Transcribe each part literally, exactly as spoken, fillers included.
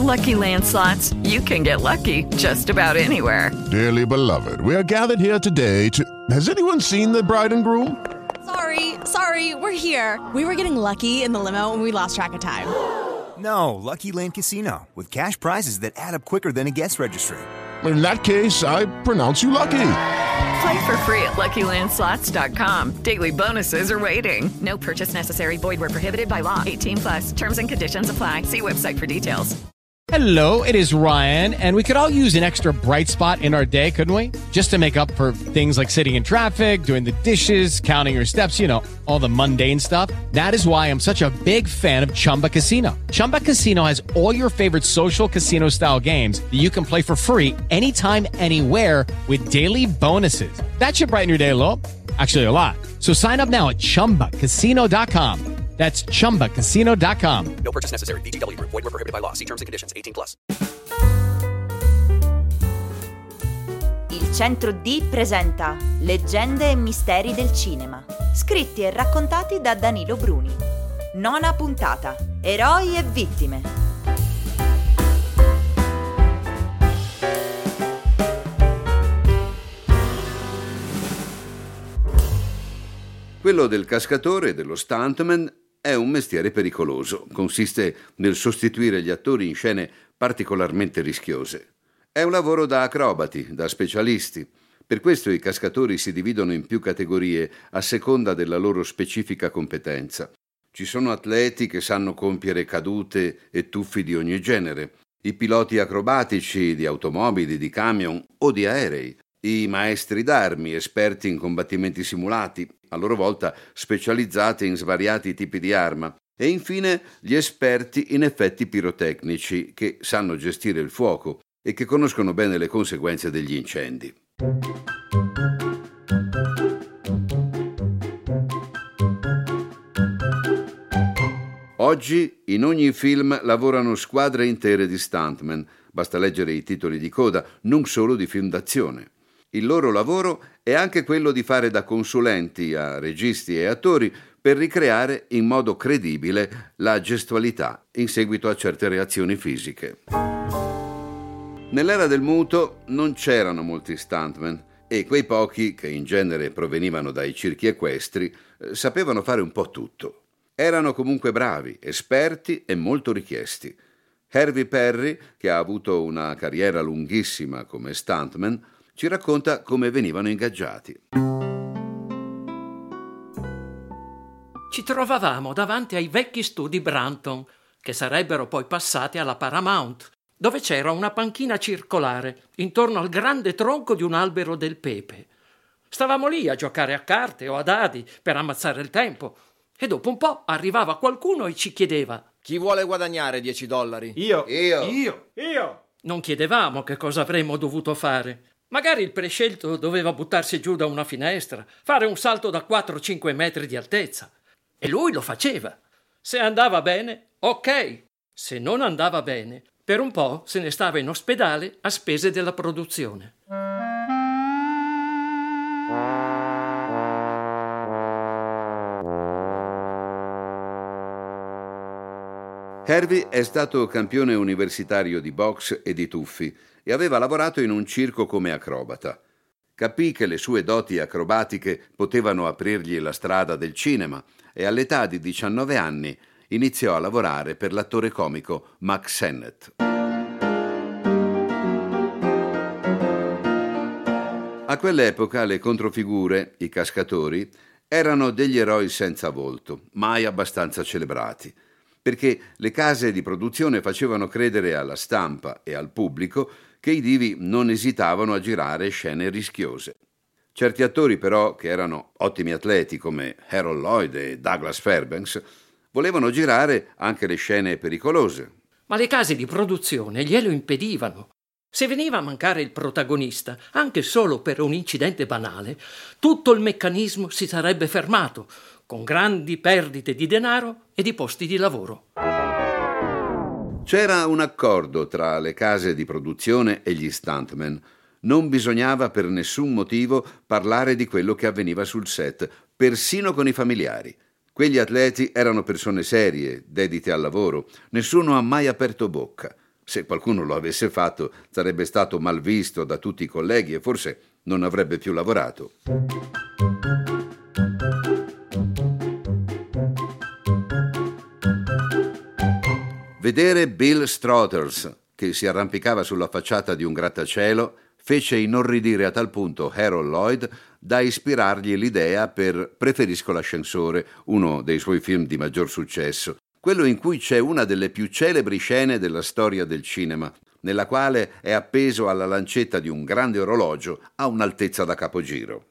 Lucky Land Slots, you can get lucky just about anywhere. Dearly beloved, we are gathered here today to... Has anyone seen the bride and groom? Sorry, sorry, we're here. We were getting lucky in the limo and we lost track of time. No, Lucky Land Casino, with cash prizes that add up quicker than a guest registry. In that case, I pronounce you lucky. Play for free at Lucky Land Slots dot com. Daily bonuses are waiting. No purchase necessary. Void where prohibited by law. eighteen plus. Terms and conditions apply. See website for details. Hello, it is Ryan, and we could all use an extra bright spot in our day, couldn't we? Just to make up for things like sitting in traffic, doing the dishes, counting your steps, you know, all the mundane stuff. That is why I'm such a big fan of Chumba Casino. Chumba Casino has all your favorite social casino-style games that you can play for free anytime, anywhere with daily bonuses. That should brighten your day a little. Actually, a lot. So sign up now at chumba casino dot com. That's chumba casino dot com. No purchase necessary. V G W Group. Void where prohibited by law. See terms and conditions. eighteen plus. Il Centro D presenta Leggende e misteri del cinema, scritti e raccontati da Danilo Bruni. Nona puntata. Eroi e vittime. Quello del cascatore e dello stuntman è un mestiere pericoloso. Consiste nel sostituire gli attori in scene particolarmente rischiose. È un lavoro da acrobati, da specialisti. Per questo i cascatori si dividono in più categorie a seconda della loro specifica competenza. Ci sono atleti che sanno compiere cadute e tuffi di ogni genere, i piloti acrobatici di automobili, di camion o di aerei, i maestri d'armi, esperti in combattimenti simulati, a loro volta specializzati in svariati tipi di arma, e infine gli esperti in effetti pirotecnici che sanno gestire il fuoco e che conoscono bene le conseguenze degli incendi. Oggi in ogni film lavorano squadre intere di stuntman, basta leggere i titoli di coda, non solo di film d'azione. Il loro lavoro è anche quello di fare da consulenti a registi e attori per ricreare in modo credibile la gestualità in seguito a certe reazioni fisiche. Nell'era del muto non c'erano molti stuntman e quei pochi, che in genere provenivano dai circhi equestri, sapevano fare un po' tutto. Erano comunque bravi, esperti e molto richiesti. Hervey Perry, che ha avuto una carriera lunghissima come stuntman, ci racconta come venivano ingaggiati. Ci trovavamo davanti ai vecchi studi Branton, che sarebbero poi passati alla Paramount, dove c'era una panchina circolare intorno al grande tronco di un albero del pepe. Stavamo lì a giocare a carte o a dadi per ammazzare il tempo e dopo un po' arrivava qualcuno e ci chiedeva: chi vuole guadagnare dieci dollari? Io. Io. Io. Io. Non chiedevamo che cosa avremmo dovuto fare. Magari il prescelto doveva buttarsi giù da una finestra, fare un salto da quattro cinque metri di altezza. E lui lo faceva. Se andava bene, ok. Se non andava bene, per un po' se ne stava in ospedale a spese della produzione. Hervey è stato campione universitario di boxe e di tuffi e aveva lavorato in un circo come acrobata. Capì che le sue doti acrobatiche potevano aprirgli la strada del cinema e all'età di diciannove anni iniziò a lavorare per l'attore comico Mack Sennett. A quell'epoca le controfigure, i cascatori, erano degli eroi senza volto, mai abbastanza celebrati, perché le case di produzione facevano credere alla stampa e al pubblico che i divi non esitavano a girare scene rischiose. Certi attori però, che erano ottimi atleti come Harold Lloyd e Douglas Fairbanks, volevano girare anche le scene pericolose. Ma le case di produzione glielo impedivano. Se veniva a mancare il protagonista, anche solo per un incidente banale, tutto il meccanismo si sarebbe fermato, con grandi perdite di denaro e di posti di lavoro. C'era un accordo tra le case di produzione e gli stuntman. Non bisognava per nessun motivo parlare di quello che avveniva sul set, persino con i familiari. Quegli atleti erano persone serie, dedite al lavoro. Nessuno ha mai aperto bocca. Se qualcuno lo avesse fatto, sarebbe stato mal visto da tutti i colleghi e forse non avrebbe più lavorato. Vedere Bill Struthers, che si arrampicava sulla facciata di un grattacielo, fece inorridire a tal punto Harold Lloyd da ispirargli l'idea per Preferisco l'ascensore, uno dei suoi film di maggior successo, quello in cui c'è una delle più celebri scene della storia del cinema, nella quale è appeso alla lancetta di un grande orologio a un'altezza da capogiro.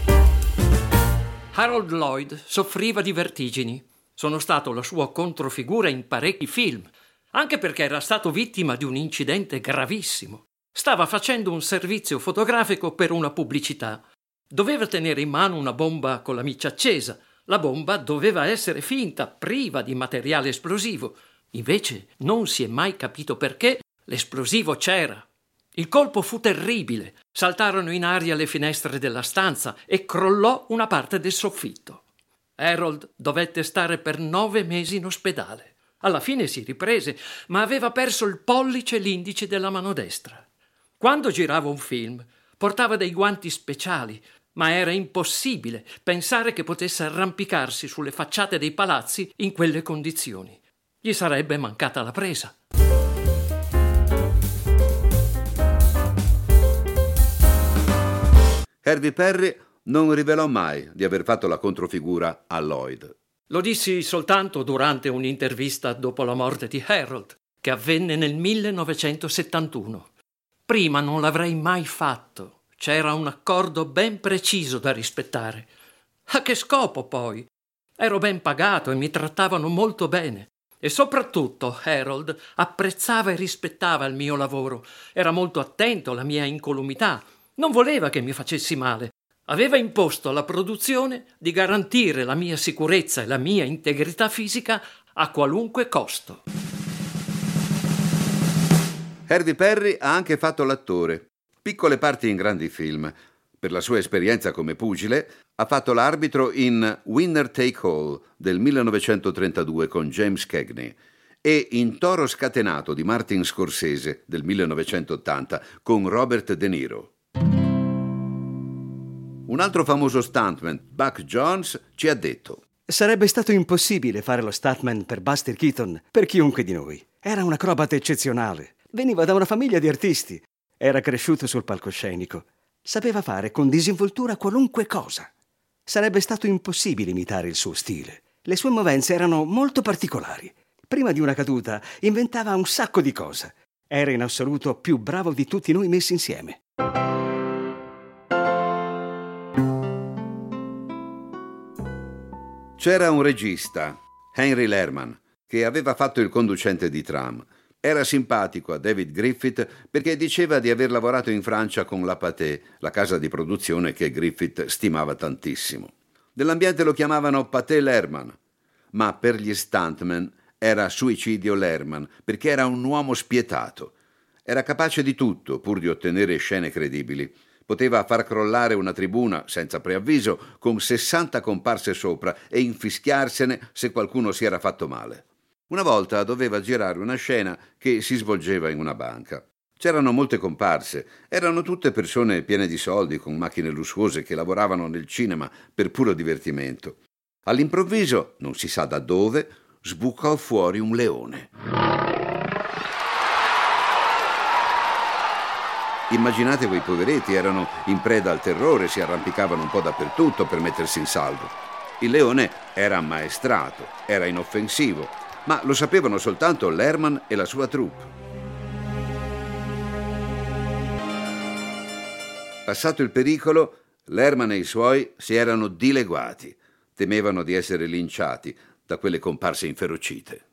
Harold Lloyd soffriva di vertigini. Sono stato la sua controfigura in parecchi film, anche perché era stato vittima di un incidente gravissimo. Stava facendo un servizio fotografico per una pubblicità. Doveva tenere in mano una bomba con la miccia accesa. La bomba doveva essere finta, priva di materiale esplosivo. Invece non si è mai capito perché l'esplosivo c'era. Il colpo fu terribile. Saltarono in aria le finestre della stanza e crollò una parte del soffitto. Harold dovette stare per nove mesi in ospedale. Alla fine si riprese, ma aveva perso il pollice e l'indice della mano destra. Quando girava un film, portava dei guanti speciali, ma era impossibile pensare che potesse arrampicarsi sulle facciate dei palazzi in quelle condizioni. Gli sarebbe mancata la presa. Harvey Perry non rivelò mai di aver fatto la controfigura a Lloyd. Lo dissi soltanto durante un'intervista dopo la morte di Harold, che avvenne nel millenovecentosettantuno. Prima non l'avrei mai fatto. C'era un accordo ben preciso da rispettare. A che scopo, poi? Ero ben pagato e mi trattavano molto bene. E soprattutto Harold apprezzava e rispettava il mio lavoro. Era molto attento alla mia incolumità. Non voleva che mi facessi male. Aveva imposto alla produzione di garantire la mia sicurezza e la mia integrità fisica a qualunque costo. Harvey Perry ha anche fatto l'attore. Piccole parti in grandi film. Per la sua esperienza come pugile, ha fatto l'arbitro in Winner Take All del millenovecentotrentadue con James Cagney e in Toro scatenato di Martin Scorsese del millenovecentottanta con Robert De Niro. Un altro famoso stuntman, Buck Jones, ci ha detto: sarebbe stato impossibile fare lo stuntman per Buster Keaton, per chiunque di noi. Era un acrobata eccezionale. Veniva da una famiglia di artisti. Era cresciuto sul palcoscenico. Sapeva fare con disinvoltura qualunque cosa. Sarebbe stato impossibile imitare il suo stile. Le sue movenze erano molto particolari. Prima di una caduta inventava un sacco di cose. Era in assoluto più bravo di tutti noi messi insieme. C'era un regista, Henry Lerman, che aveva fatto il conducente di tram. Era simpatico a David Griffith perché diceva di aver lavorato in Francia con la Pathé, la casa di produzione che Griffith stimava tantissimo. Nell'ambiente lo chiamavano Pathé Lerman, ma per gli stuntman era Suicidio Lerman perché era un uomo spietato. Era capace di tutto pur di ottenere scene credibili. Poteva far crollare una tribuna senza preavviso con sessanta comparse sopra e infischiarsene se qualcuno si era fatto male. Una volta doveva girare una scena che si svolgeva in una banca. C'erano molte comparse, erano tutte persone piene di soldi con macchine lussuose che lavoravano nel cinema per puro divertimento. All'improvviso, non si sa da dove, sbucò fuori un leone. Immaginate quei poveretti, erano in preda al terrore, si arrampicavano un po' dappertutto per mettersi in salvo. Il leone era ammaestrato, era inoffensivo, ma lo sapevano soltanto Lerman e la sua troupe. Passato il pericolo, Lerman e i suoi si erano dileguati, temevano di essere linciati da quelle comparse inferocite.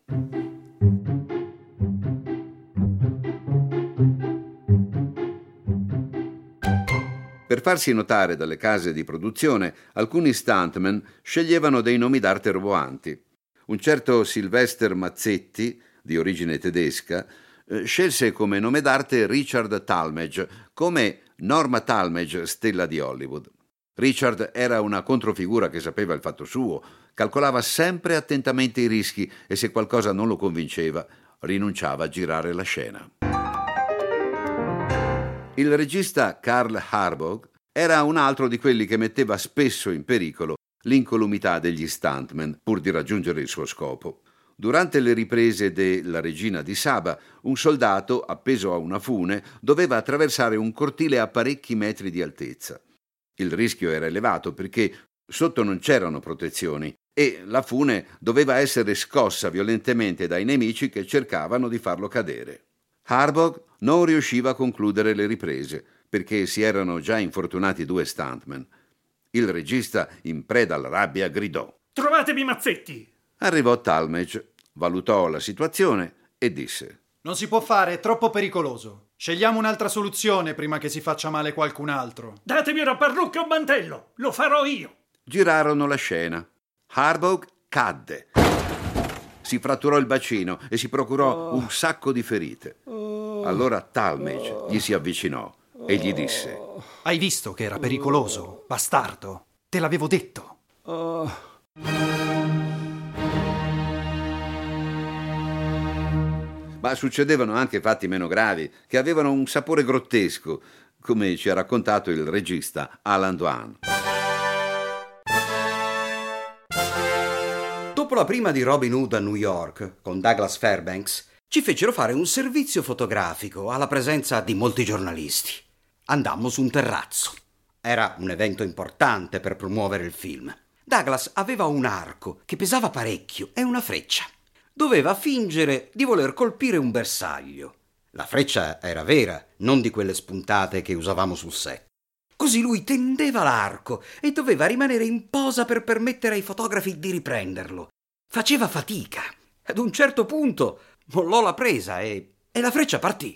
Per farsi notare dalle case di produzione, alcuni stuntman sceglievano dei nomi d'arte roboanti. Un certo Sylvester Mazzetti, di origine tedesca, eh, scelse come nome d'arte Richard Talmadge, come Norma Talmadge, stella di Hollywood. Richard era una controfigura che sapeva il fatto suo, calcolava sempre attentamente i rischi e se qualcosa non lo convinceva, rinunciava a girare la scena. Il regista Carl Harbog era un altro di quelli che metteva spesso in pericolo l'incolumità degli stuntman pur di raggiungere il suo scopo. Durante le riprese de La Regina di Saba, un soldato, appeso a una fune, doveva attraversare un cortile a parecchi metri di altezza. Il rischio era elevato perché sotto non c'erano protezioni e la fune doveva essere scossa violentemente dai nemici che cercavano di farlo cadere. Harbog non riusciva a concludere le riprese perché si erano già infortunati due stuntman. Il regista, in preda alla rabbia, gridò: «Trovatemi Mazzetti!» Arrivò Talmadge, valutò la situazione e disse: «Non si può fare, è troppo pericoloso. Scegliamo un'altra soluzione prima che si faccia male qualcun altro». «Datemi una parrucca e un mantello, lo farò io!» Girarono la scena. Harbog cadde. Si fratturò il bacino e si procurò un sacco di ferite. Allora Talmadge gli si avvicinò e gli disse: «Hai visto che era pericoloso, bastardo? Te l'avevo detto!» Ma succedevano anche fatti meno gravi, che avevano un sapore grottesco, come ci ha raccontato il regista Alan Dwan. Dopo la prima di Robin Hood a New York, con Douglas Fairbanks, ci fecero fare un servizio fotografico alla presenza di molti giornalisti. Andammo su un terrazzo. Era un evento importante per promuovere il film. Douglas aveva un arco che pesava parecchio e una freccia. Doveva fingere di voler colpire un bersaglio. La freccia era vera, non di quelle spuntate che usavamo sul set. Così lui tendeva l'arco e doveva rimanere in posa per permettere ai fotografi di riprenderlo. Faceva fatica. Ad un certo punto mollò la presa e, e la freccia partì.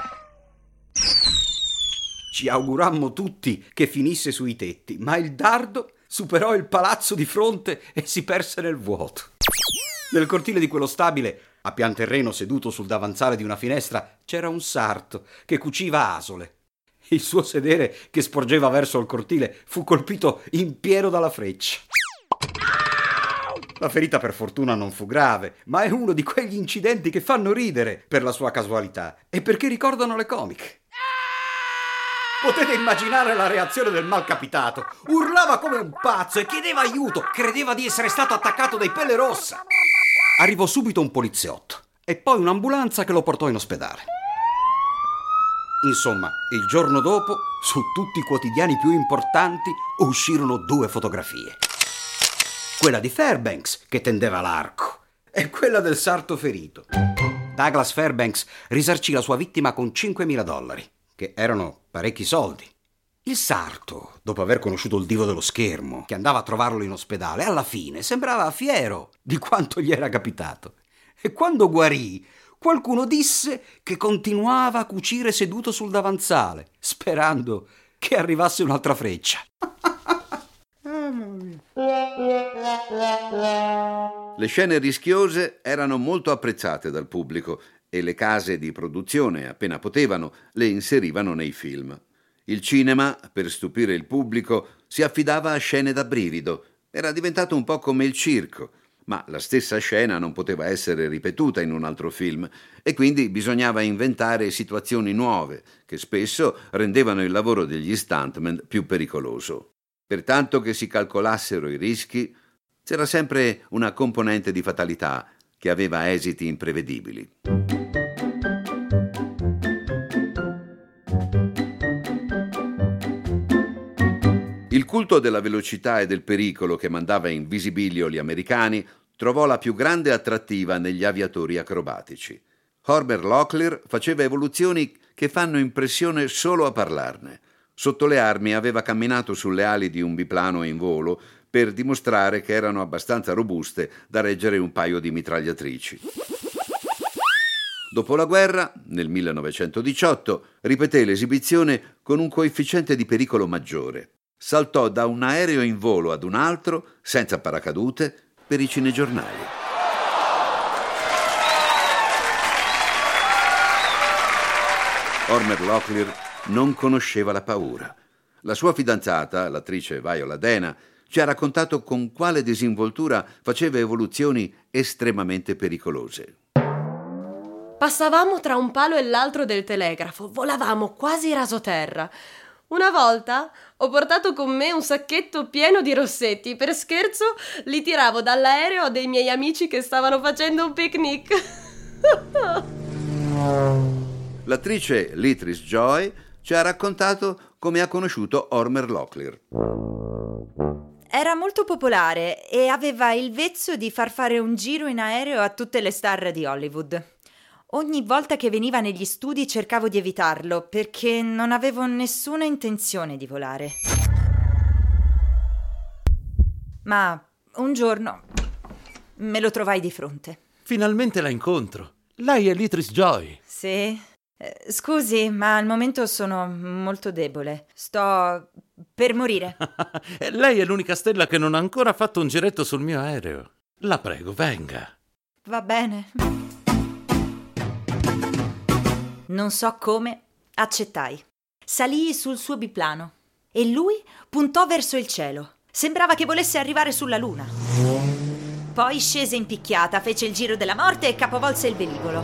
Ci augurammo tutti che finisse sui tetti, ma il dardo superò il palazzo di fronte e si perse nel vuoto. Nel cortile di quello stabile, a pian terreno seduto sul davanzale di una finestra, c'era un sarto che cuciva asole. Il suo sedere, che sporgeva verso il cortile, fu colpito in pieno dalla freccia. La ferita per fortuna non fu grave, ma è uno di quegli incidenti che fanno ridere per la sua casualità e perché ricordano le comiche. Potete immaginare la reazione del malcapitato. Urlava come un pazzo e chiedeva aiuto. Credeva di essere stato attaccato dai Pelle Rossa. Arrivò subito un poliziotto e poi un'ambulanza che lo portò in ospedale. Insomma, il giorno dopo, su tutti i quotidiani più importanti, uscirono due fotografie. Quella di Fairbanks, che tendeva l'arco, e quella del sarto ferito. Douglas Fairbanks risarcì la sua vittima con cinquemila dollari, che erano parecchi soldi. Il sarto, dopo aver conosciuto il divo dello schermo, che andava a trovarlo in ospedale, alla fine sembrava fiero di quanto gli era capitato. E quando guarì, qualcuno disse che continuava a cucire seduto sul davanzale, sperando che arrivasse un'altra freccia. Le scene rischiose erano molto apprezzate dal pubblico e le case di produzione, appena potevano, le inserivano nei film. Il cinema, per stupire il pubblico, si affidava a scene da brivido. Era diventato un po' come il circo, ma la stessa scena non poteva essere ripetuta in un altro film e quindi bisognava inventare situazioni nuove che spesso rendevano il lavoro degli stuntman più pericoloso. Pertanto che si calcolassero i rischi, c'era sempre una componente di fatalità che aveva esiti imprevedibili. Il culto della velocità e del pericolo che mandava in visibilio gli americani trovò la più grande attrattiva negli aviatori acrobatici. Homer Locklear faceva evoluzioni che fanno impressione solo a parlarne. Sotto le armi aveva camminato sulle ali di un biplano in volo per dimostrare che erano abbastanza robuste da reggere un paio di mitragliatrici. Dopo la guerra, nel millenovecentodiciotto, ripeté l'esibizione con un coefficiente di pericolo maggiore. Saltò da un aereo in volo ad un altro, senza paracadute, per i cinegiornali. Homer Locklear non conosceva la paura. La sua fidanzata, l'attrice Viola Dana, ci ha raccontato con quale disinvoltura faceva evoluzioni estremamente pericolose. Passavamo tra un palo e l'altro del telegrafo, volavamo quasi rasoterra. Una volta ho portato con me un sacchetto pieno di rossetti. Per scherzo li tiravo dall'aereo a dei miei amici che stavano facendo un picnic. L'attrice Leatrice Joy ci ha raccontato come ha conosciuto Homer Locklear. Era molto popolare e aveva il vezzo di far fare un giro in aereo a tutte le star di Hollywood. Ogni volta che veniva negli studi cercavo di evitarlo perché non avevo nessuna intenzione di volare. Ma un giorno me lo trovai di fronte. Finalmente la incontro. Lei è Leatrice Joy. Sì. Eh, scusi, ma al momento sono molto debole. Sto per morire. Lei è l'unica stella che non ha ancora fatto un giretto sul mio aereo. La prego, venga. Va bene. Non so come, accettai. Salii sul suo biplano e lui puntò verso il cielo. Sembrava che volesse arrivare sulla luna. Poi scese in picchiata, fece il giro della morte e capovolse il velivolo.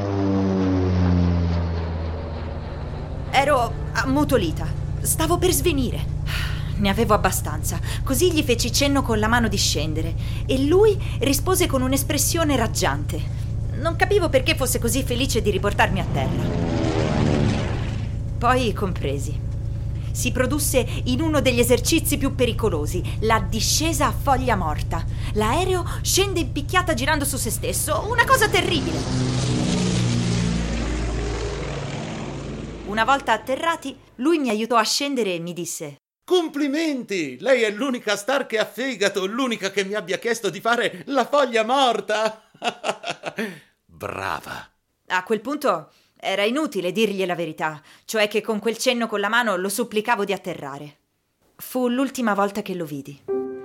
Ero ammutolita. Stavo per svenire. Ne avevo abbastanza. Così gli feci cenno con la mano di scendere e lui rispose con un'espressione raggiante. Non capivo perché fosse così felice di riportarmi a terra. Poi compresi. Si produsse in uno degli esercizi più pericolosi, la discesa a foglia morta. L'aereo scende in picchiata girando su se stesso, una cosa terribile. Una volta atterrati, lui mi aiutò a scendere e mi disse: Complimenti! Lei è l'unica star che ha fegato, l'unica che mi abbia chiesto di fare la foglia morta. Brava. A quel punto era inutile dirgli la verità, cioè che con quel cenno con la mano lo supplicavo di atterrare. Fu l'ultima volta che lo vidi.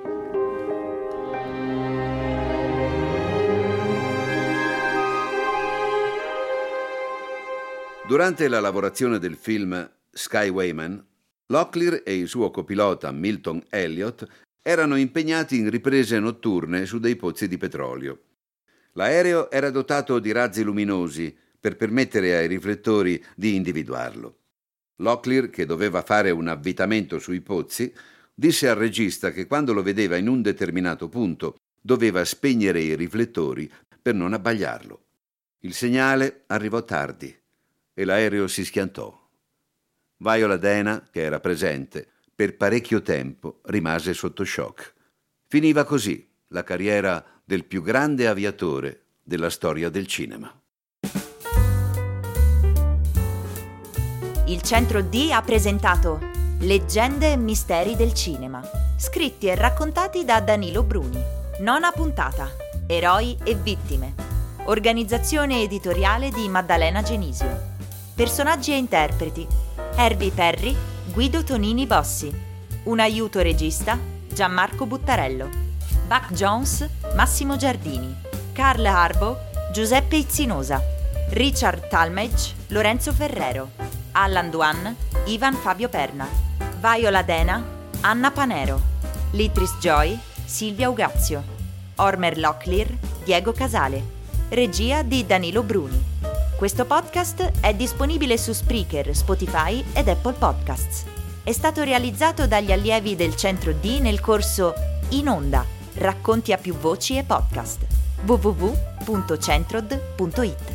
Durante la lavorazione del film Skywayman, Locklear e il suo copilota Milton Elliott erano impegnati in riprese notturne su dei pozzi di petrolio. L'aereo era dotato di razzi luminosi per permettere ai riflettori di individuarlo. Locklear, che doveva fare un avvitamento sui pozzi, disse al regista che quando lo vedeva in un determinato punto doveva spegnere i riflettori per non abbagliarlo. Il segnale arrivò tardi e l'aereo si schiantò. Viola Dana, che era presente, per parecchio tempo rimase sotto shock. Finiva così la carriera del più grande aviatore della storia del cinema. Il Centro D ha presentato Leggende e misteri del cinema, scritti e raccontati da Danilo Bruni. Nona puntata, Eroi e vittime. Organizzazione editoriale di Maddalena Genisio. Personaggi e interpreti: Herbie Perry, Guido Tonini Bossi. Un aiuto regista, Gianmarco Buttarello. Buck Jones, Massimo Giardini. Carl Harbaugh, Giuseppe Izzinosa. Richard Talmadge, Lorenzo Ferrero. Allan Dwan, Ivan Fabio Perna. Viola Dana, Anna Panero. Leatrice Joy, Silvia Ugazio. Homer Locklear, Diego Casale. Regia di Danilo Bruni. Questo podcast è disponibile su Spreaker, Spotify ed Apple Podcasts. È stato realizzato dagli allievi del Centro D nel corso In Onda, racconti a più voci e podcast. w w w punto centrod punto i t